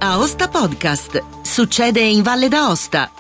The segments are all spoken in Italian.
Aosta Podcast. Succede in Valle d'Aosta.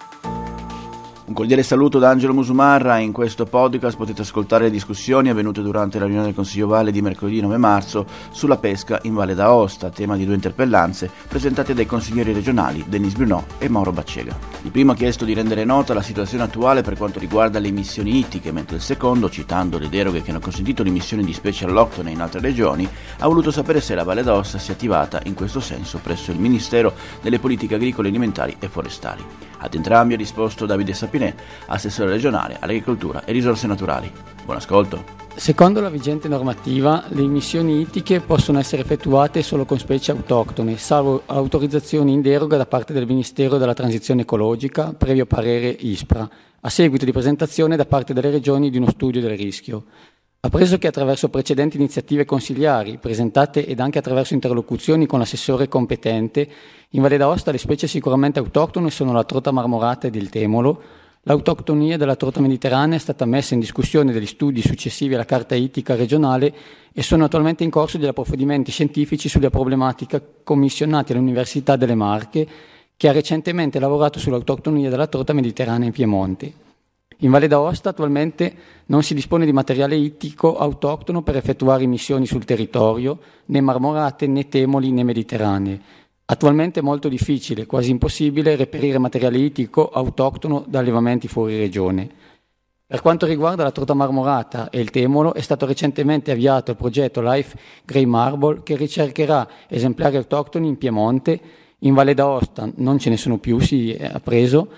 Un cordiale saluto da Angelo Musumarra. In questo podcast potete ascoltare le discussioni avvenute durante la riunione del Consiglio Valle di mercoledì 9 marzo sulla pesca in Valle d'Aosta, tema di 2 interpellanze presentate dai consiglieri regionali Denis Brunò e Mauro Baccega. Il primo ha chiesto di rendere nota la situazione attuale per quanto riguarda le emissioni ittiche, mentre il secondo, citando le deroghe che hanno consentito l'emissione di specie alloctone in altre regioni, ha voluto sapere se la Valle d'Aosta si è attivata in questo senso presso il Ministero delle Politiche Agricole, Alimentari e Forestali. Ad entrambi ha risposto Davide Sapinè, assessore regionale all'agricoltura e risorse naturali. Buon ascolto. Secondo la vigente normativa, le emissioni ittiche possono essere effettuate solo con specie autoctone, salvo autorizzazioni in deroga da parte del Ministero della Transizione Ecologica, previo parere ISPRA, a seguito di presentazione da parte delle regioni di uno studio del rischio. Appreso che attraverso precedenti iniziative consigliari, presentate ed anche attraverso interlocuzioni con l'assessore competente, in Valle d'Aosta le specie sicuramente autoctone sono la trota marmorata ed il temolo. L'autoctonia della trota mediterranea è stata messa in discussione dagli studi successivi alla Carta Ittica regionale e sono attualmente in corso degli approfondimenti scientifici sulla problematica commissionati all'Università delle Marche, che ha recentemente lavorato sull'autoctonia della trota mediterranea in Piemonte. In Valle d'Aosta attualmente non si dispone di materiale ittico autoctono per effettuare emissioni sul territorio, né marmorate, né temoli, né mediterranee. Attualmente è molto difficile, quasi impossibile, reperire materiale ittico autoctono da allevamenti fuori regione. Per quanto riguarda la trota marmorata e il temolo, è stato recentemente avviato il progetto Life Grey Marble che ricercherà esemplari autoctoni in Piemonte. In Valle d'Aosta non ce ne sono più, si è appreso,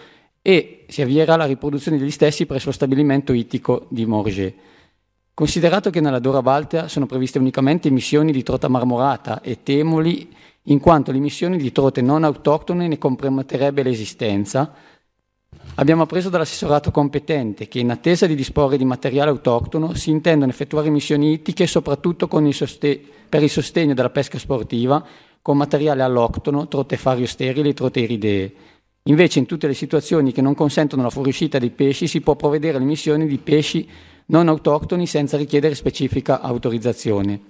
e si avvierà la riproduzione degli stessi presso lo stabilimento ittico di Morges. Considerato che nella Dora Baltea sono previste unicamente emissioni di trota marmorata e temoli, in quanto l'emissione di trote non autoctone ne comprometterebbe l'esistenza, abbiamo appreso dall'assessorato competente che in attesa di disporre di materiale autoctono si intendono effettuare emissioni ittiche soprattutto per il sostegno della pesca sportiva con materiale alloctono, trote fario-sterili e trote iridee. Invece in tutte le situazioni che non consentono la fuoriuscita dei pesci si può provvedere all'emissione di pesci non autoctoni senza richiedere specifica autorizzazione.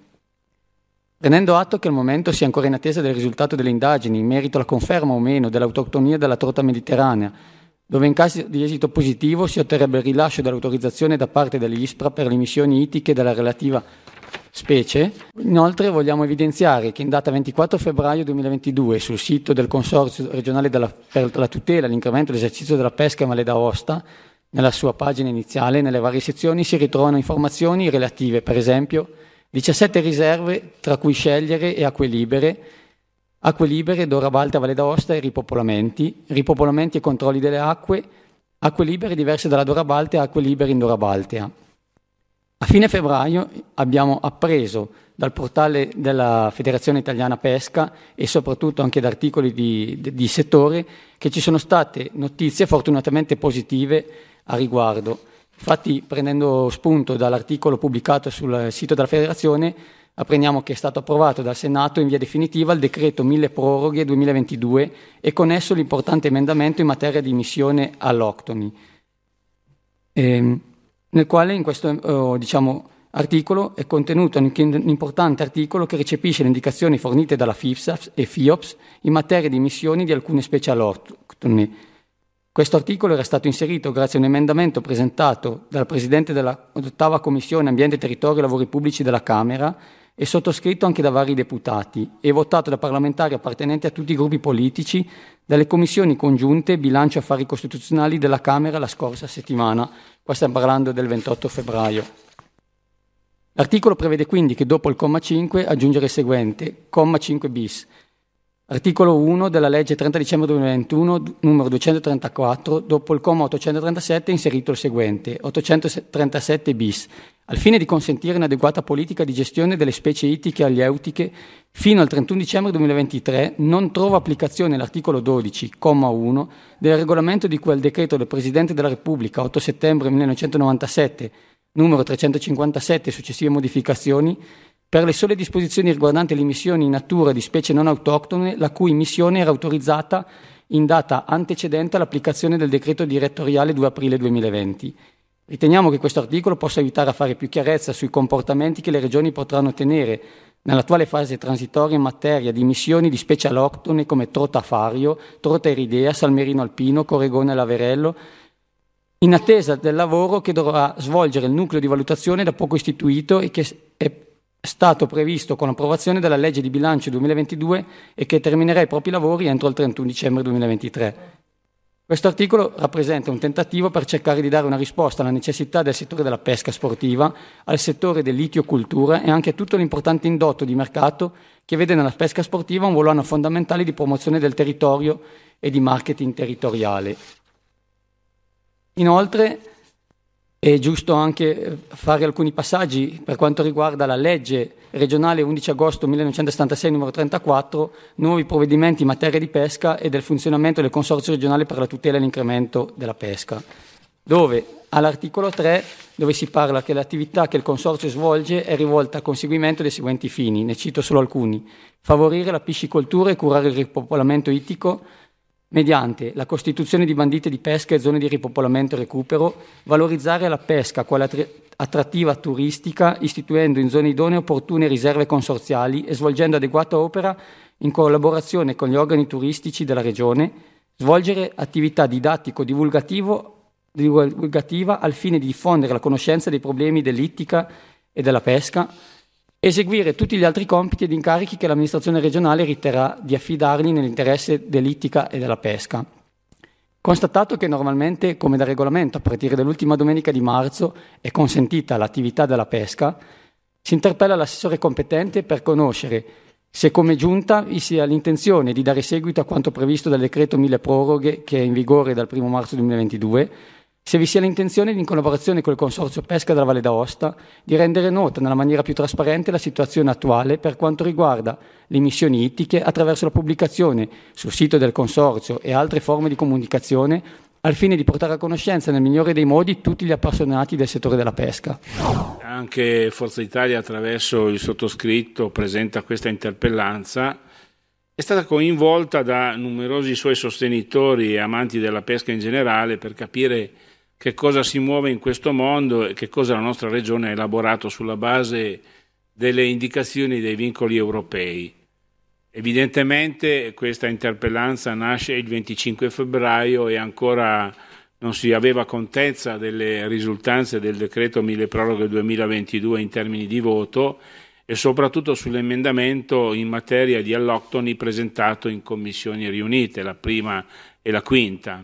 Prendendo atto che al momento si è ancora in attesa del risultato delle indagini in merito alla conferma o meno dell'autoctonia della trota mediterranea, dove in caso di esito positivo si otterrebbe il rilascio dell'autorizzazione da parte dell'ISPRA per le emissioni ittiche della relativa specie. Inoltre vogliamo evidenziare che in data 24 febbraio 2022 sul sito del Consorzio regionale per la tutela e l'incremento dell'esercizio della pesca in Valle d'Aosta, nella sua pagina iniziale, nelle varie sezioni si ritrovano informazioni relative, per esempio, 17 riserve tra cui scegliere e acque libere, Dora Baltea, Valle d'Aosta e ripopolamenti e controlli delle acque libere diverse dalla Dora Baltea e acque libere in Dora Baltea. A fine febbraio abbiamo appreso dal portale della Federazione Italiana Pesca e soprattutto anche da articoli di settore che ci sono state notizie fortunatamente positive a riguardo. Infatti, prendendo spunto dall'articolo pubblicato sul sito della Federazione, apprendiamo che è stato approvato dal Senato in via definitiva il decreto 1000 proroghe 2022 e con esso l'importante emendamento in materia di emissione alloctoni. Nel quale in questo articolo è contenuto un importante articolo che recepisce le indicazioni fornite dalla FIPSAS e FIOPS in materia di emissioni di alcune specie alloctone. Questo articolo era stato inserito grazie a un emendamento presentato dal Presidente dell'8ª Commissione Ambiente, Territorio e Lavori Pubblici della Camera e sottoscritto anche da vari deputati e votato da parlamentari appartenenti a tutti i gruppi politici dalle commissioni congiunte Bilancio e Affari Costituzionali della Camera la scorsa settimana. Qua stiamo parlando del 28 febbraio. L'articolo prevede quindi che dopo il comma 5 aggiungere il seguente, comma 5 bis. Articolo 1 della legge 30 dicembre 2021, numero 234, dopo il comma 837 è inserito il seguente, 837 bis. Al fine di consentire un'adeguata politica di gestione delle specie ittiche e alieutiche, fino al 31 dicembre 2023 non trova applicazione l'articolo 12, comma 1, del regolamento di cui al decreto del Presidente della Repubblica 8 settembre 1997, numero 357 e successive modificazioni, per le sole disposizioni riguardanti le emissioni in natura di specie non autoctone, la cui emissione era autorizzata in data antecedente all'applicazione del decreto direttoriale 2 aprile 2020. Riteniamo che questo articolo possa aiutare a fare più chiarezza sui comportamenti che le regioni potranno tenere nell'attuale fase transitoria in materia di missioni di specie alloctone come trota fario, trota iridea, salmerino alpino, corregone laverello, in attesa del lavoro che dovrà svolgere il nucleo di valutazione da poco istituito e che è stato previsto con l'approvazione della legge di bilancio 2022 e che terminerà i propri lavori entro il 31 dicembre 2023. Questo articolo rappresenta un tentativo per cercare di dare una risposta alla necessità del settore della pesca sportiva, al settore dell'itiocultura e anche a tutto l'importante indotto di mercato che vede nella pesca sportiva un volano fondamentale di promozione del territorio e di marketing territoriale. Inoltre è giusto anche fare alcuni passaggi per quanto riguarda la legge regionale 11 agosto 1976 numero 34, nuovi provvedimenti in materia di pesca e del funzionamento del Consorzio regionale per la tutela e l'incremento della pesca, dove all'articolo 3, dove si parla che l'attività che il Consorzio svolge è rivolta al conseguimento dei seguenti fini, ne cito solo alcuni: favorire la piscicoltura e curare il ripopolamento ittico mediante la costituzione di bandite di pesca e zone di ripopolamento e recupero, valorizzare la pesca quale attrattiva turistica, istituendo in zone idonee opportune riserve consorziali e svolgendo adeguata opera in collaborazione con gli organi turistici della Regione, svolgere attività divulgativa al fine di diffondere la conoscenza dei problemi dell'ittica e della pesca, eseguire tutti gli altri compiti ed incarichi che l'amministrazione regionale riterrà di affidargli nell'interesse dell'ittica e della pesca. Constatato che normalmente, come da regolamento, a partire dall'ultima domenica di marzo è consentita l'attività della pesca, si interpella l'assessore competente per conoscere se come giunta vi sia l'intenzione di dare seguito a quanto previsto dal decreto mille proroghe che è in vigore dal 1 marzo 2022, se vi sia l'intenzione, in collaborazione col Consorzio Pesca della Valle d'Aosta, di rendere nota nella maniera più trasparente la situazione attuale per quanto riguarda le emissioni ittiche attraverso la pubblicazione sul sito del Consorzio e altre forme di comunicazione al fine di portare a conoscenza nel migliore dei modi tutti gli appassionati del settore della pesca. Anche Forza Italia, attraverso il sottoscritto, presenta questa interpellanza. È stata coinvolta da numerosi suoi sostenitori e amanti della pesca in generale per capire che cosa si muove in questo mondo e che cosa la nostra Regione ha elaborato sulla base delle indicazioni dei vincoli europei. Evidentemente questa interpellanza nasce il 25 febbraio e ancora non si aveva contezza delle risultanze del decreto mille proroghe 2022 in termini di voto e soprattutto sull'emendamento in materia di alloctoni presentato in commissioni riunite, la prima e la quinta.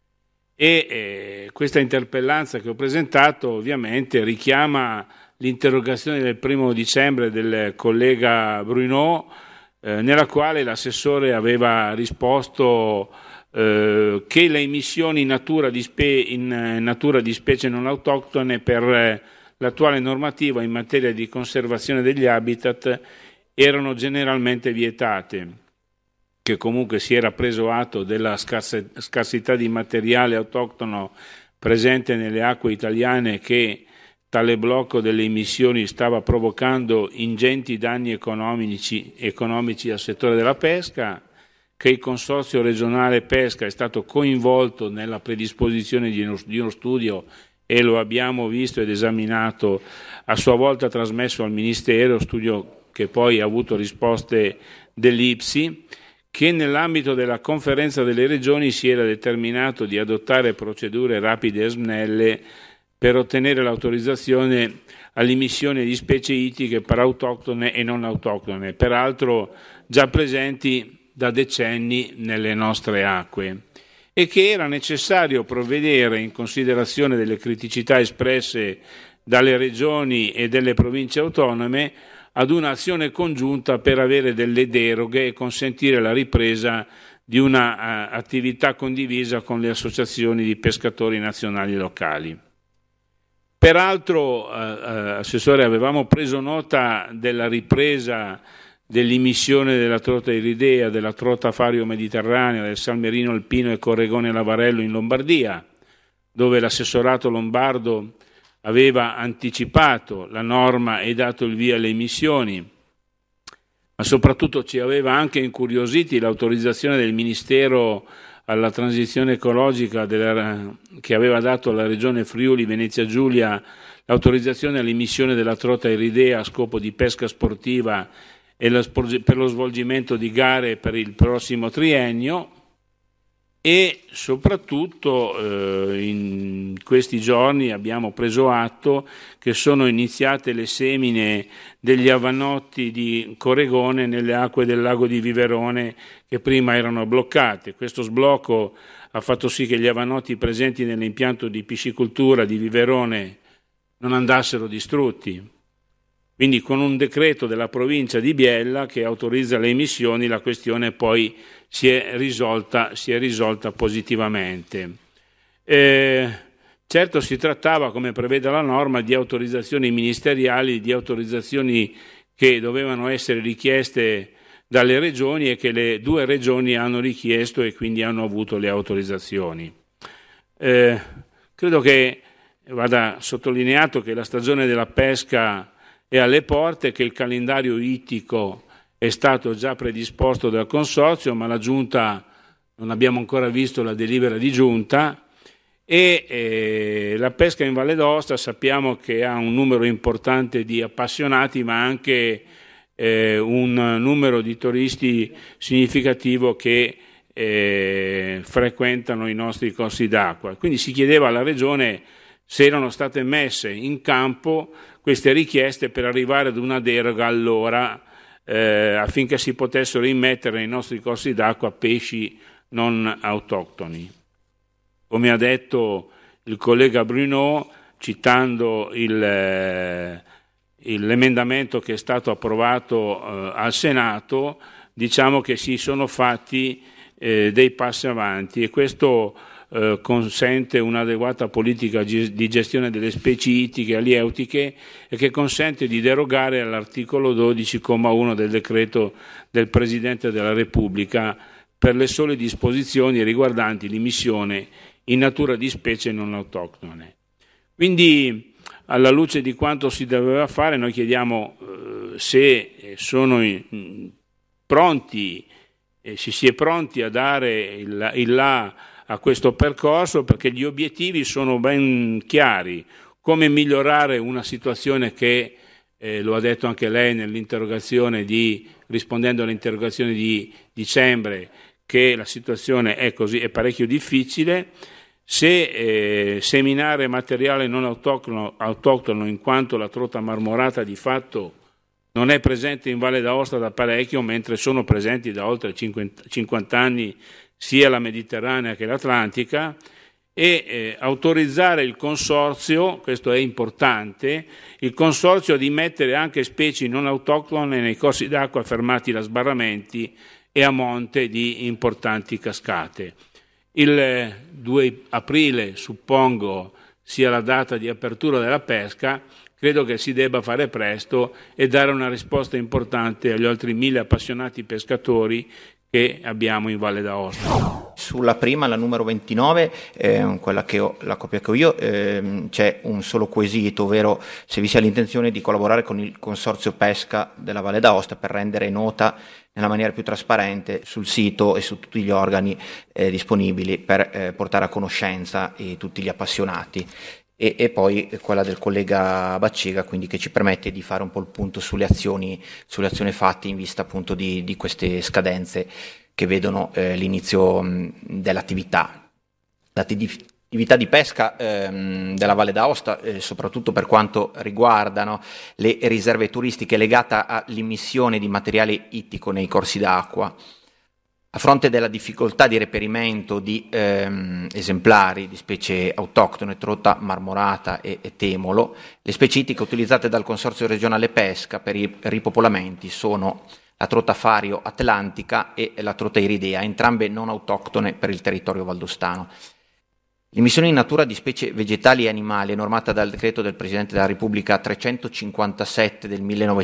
Questa interpellanza che ho presentato ovviamente richiama l'interrogazione del 1 dicembre del collega Bruno, nella quale l'assessore aveva risposto che le emissioni in natura di specie non autoctone per l'attuale normativa in materia di conservazione degli habitat erano generalmente vietate, che comunque si era preso atto della scarsità di materiale autoctono presente nelle acque italiane, che tale blocco delle emissioni stava provocando ingenti danni economici al settore della pesca, che il Consorzio regionale pesca è stato coinvolto nella predisposizione di uno studio e lo abbiamo visto ed esaminato, a sua volta trasmesso al Ministero, studio che poi ha avuto risposte dell'IPSI, che nell'ambito della conferenza delle regioni si era determinato di adottare procedure rapide e snelle per ottenere l'autorizzazione all'immissione di specie ittiche per autoctone e non autoctone, peraltro già presenti da decenni nelle nostre acque, e che era necessario provvedere, in considerazione delle criticità espresse dalle regioni e delle province autonome, ad un'azione congiunta per avere delle deroghe e consentire la ripresa di una attività condivisa con le associazioni di pescatori nazionali e locali. Peraltro, Assessore, avevamo preso nota della ripresa dell'immissione della trota iridea, della trota fario mediterranea, del salmerino alpino e corregone lavarello in Lombardia, dove l'assessorato lombardo aveva anticipato la norma e dato il via alle emissioni, ma soprattutto ci aveva anche incuriositi l'autorizzazione del Ministero alla transizione ecologica che aveva dato alla Regione Friuli Venezia Giulia l'autorizzazione all'immissione della trota iridea a scopo di pesca sportiva e per lo svolgimento di gare per il prossimo triennio, e soprattutto in questi giorni abbiamo preso atto che sono iniziate le semine degli avannotti di Coregone nelle acque del lago di Viverone, che prima erano bloccate. Questo sblocco ha fatto sì che gli avannotti presenti nell'impianto di piscicoltura di Viverone non andassero distrutti. Quindi con un decreto della provincia di Biella che autorizza le emissioni, la questione poi si è risolta positivamente. Certo si trattava, come prevede la norma, di autorizzazioni ministeriali, di autorizzazioni che dovevano essere richieste dalle regioni e che le 2 regioni hanno richiesto e quindi hanno avuto le autorizzazioni. Credo che vada sottolineato che la stagione della pesca è alle porte, che il calendario ittico è stato già predisposto dal Consorzio, ma la Giunta, non abbiamo ancora visto la delibera di Giunta, e la pesca in Valle d'Aosta sappiamo che ha un numero importante di appassionati, ma anche un numero di turisti significativo che frequentano i nostri corsi d'acqua. Quindi si chiedeva alla Regione se erano state messe in campo queste richieste per arrivare ad una deroga allora, affinché si potessero immettere nei nostri corsi d'acqua pesci non autoctoni. Come ha detto il collega Bruno, citando l'emendamento che è stato approvato al Senato, diciamo che si sono fatti dei passi avanti, e questo consente un'adeguata politica di gestione delle specie ittiche e alieutiche, e che consente di derogare all'articolo 12,1 del decreto del Presidente della Repubblica per le sole disposizioni riguardanti l'immissione in natura di specie non autoctone. Quindi, alla luce di quanto si doveva fare, noi chiediamo se sono pronti, se si è pronti a dare il là a questo percorso, perché gli obiettivi sono ben chiari: come migliorare una situazione che, lo ha detto anche lei nell'interrogazione rispondendo all'interrogazione di dicembre, che la situazione è parecchio difficile, se seminare materiale non autoctono, in quanto la trota marmorata di fatto non è presente in Valle d'Aosta da parecchio, mentre sono presenti da oltre 50 anni sia la Mediterranea che l'Atlantica, e autorizzare il Consorzio, questo è importante, il Consorzio di mettere anche specie non autoctone nei corsi d'acqua fermati da sbarramenti e a monte di importanti cascate. Il 2 aprile, suppongo, sia la data di apertura della pesca. Credo che si debba fare presto e dare una risposta importante agli oltre 1.000 appassionati pescatori che abbiamo in Valle d'Aosta. Sulla prima, la numero 29, quella che ho, la copia che ho io, c'è un solo quesito, ovvero se vi sia l'intenzione di collaborare con il Consorzio Pesca della Valle d'Aosta per rendere nota nella maniera più trasparente sul sito e su tutti gli organi disponibili per portare a conoscenza tutti gli appassionati. E poi quella del collega Baccega, quindi, che ci permette di fare un po' il punto sulle azioni fatte in vista appunto di queste scadenze che vedono l'inizio dell'attività. L'attività di pesca della Valle d'Aosta, soprattutto per quanto riguardano le riserve turistiche, legata all'immissione di materiale ittico nei corsi d'acqua. A fronte della difficoltà di reperimento di esemplari di specie autoctone, trota marmorata e temolo, le specie ittiche utilizzate dal Consorzio Regionale Pesca per i ripopolamenti sono la trota fario atlantica e la trota iridea, entrambe non autoctone per il territorio valdostano. L'immissione in natura di specie vegetali e animali è normata dal decreto del Presidente della Repubblica 357 del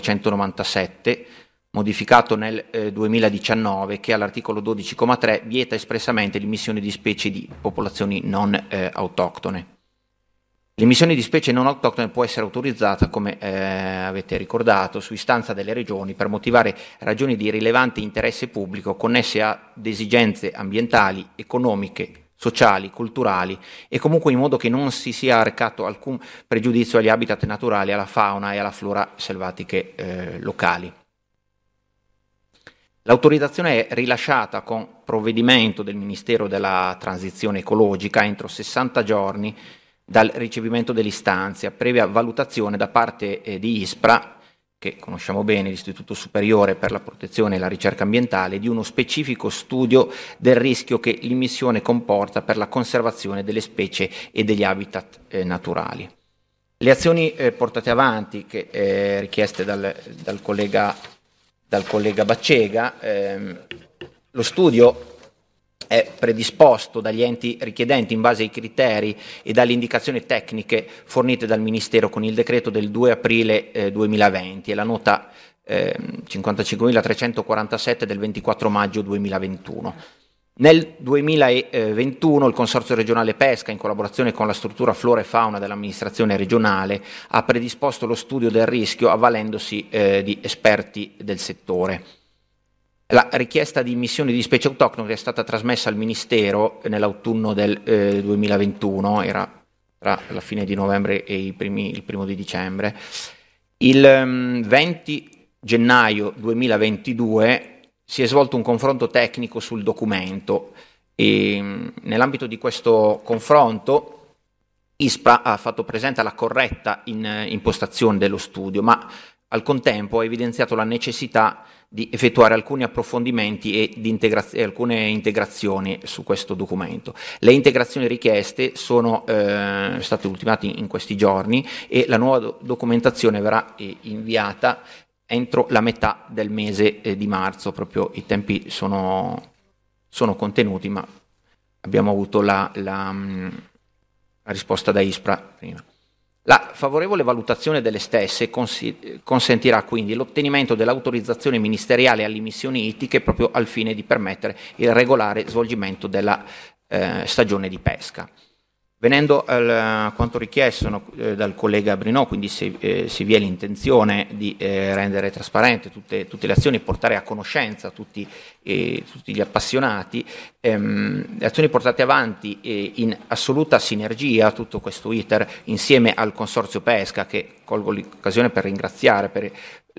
1997, modificato nel 2019, che all'articolo 12,3 vieta espressamente l'immissione di specie di popolazioni non autoctone. L'immissione di specie non autoctone può essere autorizzata, come avete ricordato, su istanza delle regioni per motivare ragioni di rilevante interesse pubblico connesse ad esigenze ambientali, economiche, sociali, culturali e comunque in modo che non si sia arrecato alcun pregiudizio agli habitat naturali, alla fauna e alla flora selvatiche locali. L'autorizzazione è rilasciata con provvedimento del Ministero della Transizione Ecologica entro 60 giorni dal ricevimento dell'istanza, previa valutazione da parte di ISPRA, che conosciamo bene, l'Istituto Superiore per la Protezione e la Ricerca Ambientale, di uno specifico studio del rischio che l'immissione comporta per la conservazione delle specie e degli habitat naturali. Le azioni portate avanti, che richieste dal collega Baccega, lo studio è predisposto dagli enti richiedenti in base ai criteri e dalle indicazioni tecniche fornite dal Ministero con il decreto del 2 aprile 2020 e la nota 55.347 del 24 maggio 2021. Nel 2021 il Consorzio regionale pesca, in collaborazione con la struttura flora e fauna dell'amministrazione regionale, ha predisposto lo studio del rischio avvalendosi di esperti del settore. La richiesta di immissione di specie autoctone è stata trasmessa al Ministero nell'autunno del 2021, era tra la fine di novembre e il primo di dicembre. Il 20 gennaio 2022 si è svolto un confronto tecnico sul documento e nell'ambito di questo confronto ISPRA ha fatto presente la corretta impostazione dello studio, ma al contempo ha evidenziato la necessità di effettuare alcuni approfondimenti e alcune integrazioni su questo documento. Le integrazioni richieste sono state ultimate in questi giorni e la nuova documentazione verrà inviata entro la metà del mese di marzo. Proprio i tempi sono contenuti, ma abbiamo avuto la risposta da ISPRA prima. La favorevole valutazione delle stesse consentirà quindi l'ottenimento dell'autorizzazione ministeriale alle immissioni ittiche proprio al fine di permettere il regolare svolgimento della stagione di pesca. Venendo a quanto richiesto dal collega Bruno, quindi se vi è l'intenzione di rendere trasparente tutte le azioni e portare a conoscenza tutti gli appassionati, le azioni portate avanti in assoluta sinergia, tutto questo iter insieme al Consorzio Pesca, che colgo l'occasione per ringraziare per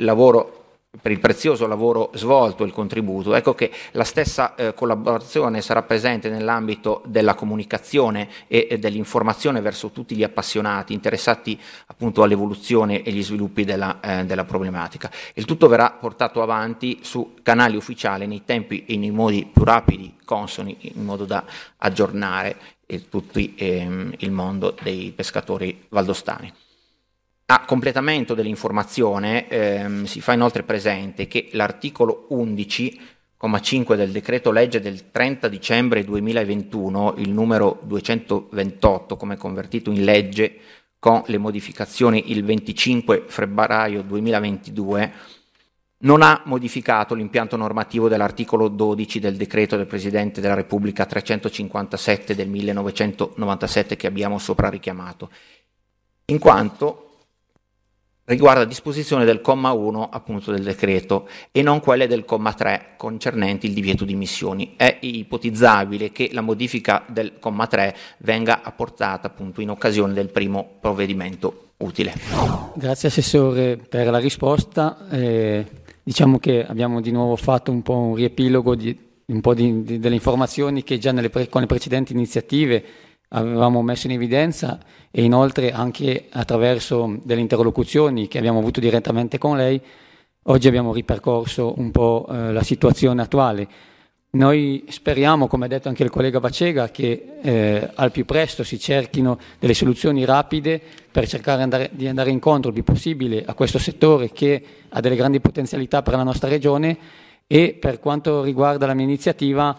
il prezioso lavoro svolto e il contributo. Ecco che la stessa collaborazione sarà presente nell'ambito della comunicazione e dell'informazione verso tutti gli appassionati interessati appunto all'evoluzione e agli sviluppi della problematica. Il tutto verrà portato avanti su canali ufficiali nei tempi e nei modi più rapidi, consoni, in modo da aggiornare tutto il mondo dei pescatori valdostani. A completamento dell'informazione si fa inoltre presente che l'articolo 11,5 del decreto legge del 30 dicembre 2021, il numero 228, come convertito in legge con le modificazioni il 25 febbraio 2022, non ha modificato l'impianto normativo dell'articolo 12 del decreto del Presidente della Repubblica 357 del 1997 che abbiamo sopra richiamato, in quanto riguarda disposizione del comma 1 appunto del decreto e non quelle del comma 3 concernenti il divieto di immissioni. È ipotizzabile che la modifica del comma 3 venga apportata appunto in occasione del primo provvedimento utile. Grazie Assessore per la risposta. Diciamo che abbiamo di nuovo fatto un po' un riepilogo delle informazioni che già con le precedenti iniziative avevamo messo in evidenza e inoltre anche attraverso delle interlocuzioni che abbiamo avuto direttamente con lei, oggi abbiamo ripercorso un po' la situazione attuale. Noi speriamo, come ha detto anche il collega Baccega, che al più presto si cerchino delle soluzioni rapide per cercare di andare incontro il più possibile a questo settore che ha delle grandi potenzialità per la nostra regione e per quanto riguarda la mia iniziativa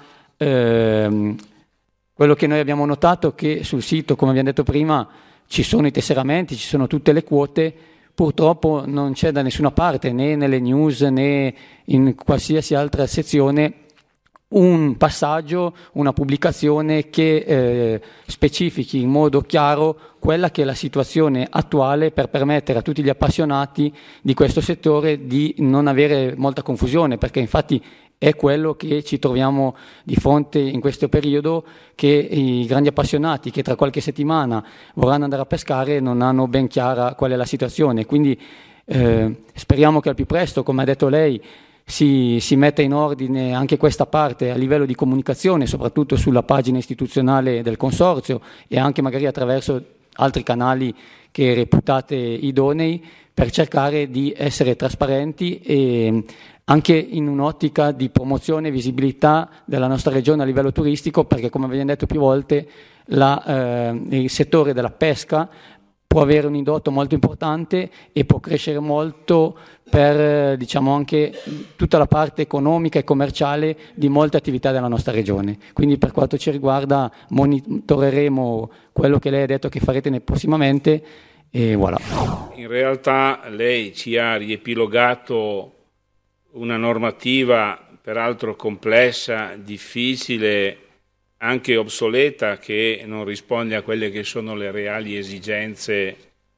quello che noi abbiamo notato è che sul sito, come abbiamo detto prima, ci sono i tesseramenti, ci sono tutte le quote, purtroppo non c'è da nessuna parte, né nelle news né in qualsiasi altra sezione, un passaggio, una pubblicazione che specifichi in modo chiaro quella che è la situazione attuale per permettere a tutti gli appassionati di questo settore di non avere molta confusione, perché infatti è quello che ci troviamo di fronte in questo periodo, che i grandi appassionati che tra qualche settimana vorranno andare a pescare non hanno ben chiara qual è la situazione. Quindi speriamo che al più presto, come ha detto lei, si metta in ordine anche questa parte a livello di comunicazione, soprattutto sulla pagina istituzionale del Consorzio e anche magari attraverso altri canali che reputate idonei, per cercare di essere trasparenti e anche in un'ottica di promozione e visibilità della nostra regione a livello turistico, perché come abbiamo detto più volte il settore della pesca può avere un indotto molto importante e può crescere molto per anche tutta la parte economica e commerciale di molte attività della nostra regione. Quindi per quanto ci riguarda monitoreremo quello che lei ha detto che farete prossimamente e voilà. In realtà lei ci ha riepilogato una normativa peraltro complessa, difficile, anche obsoleta, che non risponde a quelle che sono le reali esigenze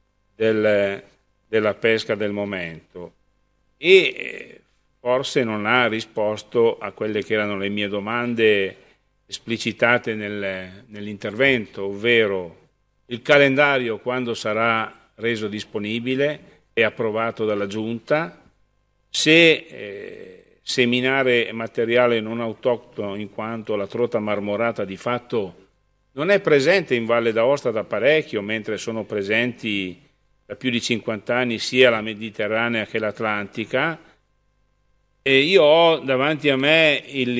della pesca del momento e forse non ha risposto a quelle che erano le mie domande esplicitate nell'intervento, ovvero il calendario quando sarà reso disponibile e approvato dalla Giunta, se seminare materiale non autoctono, in quanto la trota marmorata di fatto non è presente in Valle d'Aosta da parecchio, mentre sono presenti da più di 50 anni sia la Mediterranea che l'Atlantica, e io ho davanti a me il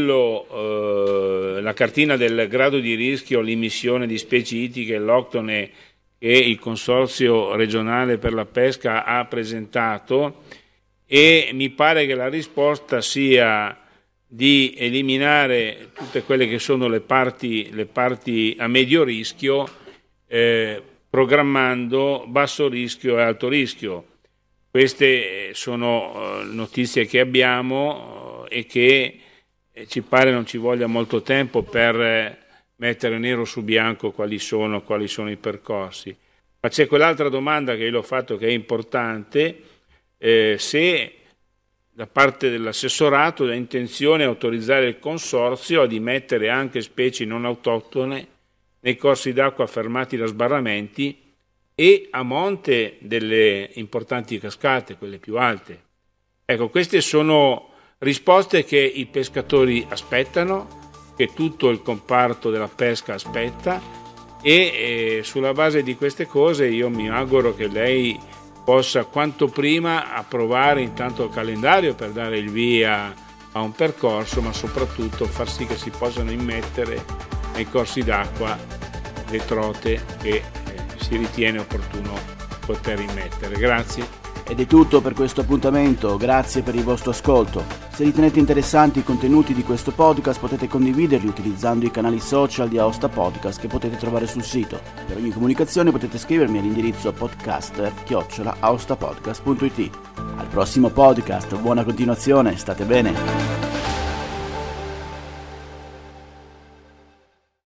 livello, la cartina del grado di rischio, l'immissione di specie ittiche alloctone che il Consorzio regionale per la pesca ha presentato, e mi pare che la risposta sia di eliminare tutte quelle che sono le parti a medio rischio, programmando basso rischio e alto rischio. Queste sono notizie che abbiamo e che ci pare non ci voglia molto tempo per mettere nero su bianco quali sono i percorsi. Ma c'è quell'altra domanda che io l'ho fatto, che è importante, se da parte dell'assessorato è intenzione autorizzare il Consorzio ad immettere anche specie non autoctone nei corsi d'acqua fermati da sbarramenti e a monte delle importanti cascate, quelle più alte. Ecco, queste sono risposte che i pescatori aspettano, che tutto il comparto della pesca aspetta, e sulla base di queste cose io mi auguro che lei possa quanto prima approvare intanto il calendario per dare il via a un percorso, ma soprattutto far sì che si possano immettere nei corsi d'acqua le trote che si ritiene opportuno poter immettere. Grazie. Ed è tutto per questo appuntamento, grazie per il vostro ascolto. Se ritenete interessanti i contenuti di questo podcast potete condividerli utilizzando i canali social di Aosta Podcast che potete trovare sul sito. Per ogni comunicazione potete scrivermi all'indirizzo podcaster@aostapodcast.it. Al prossimo podcast, buona continuazione, state bene!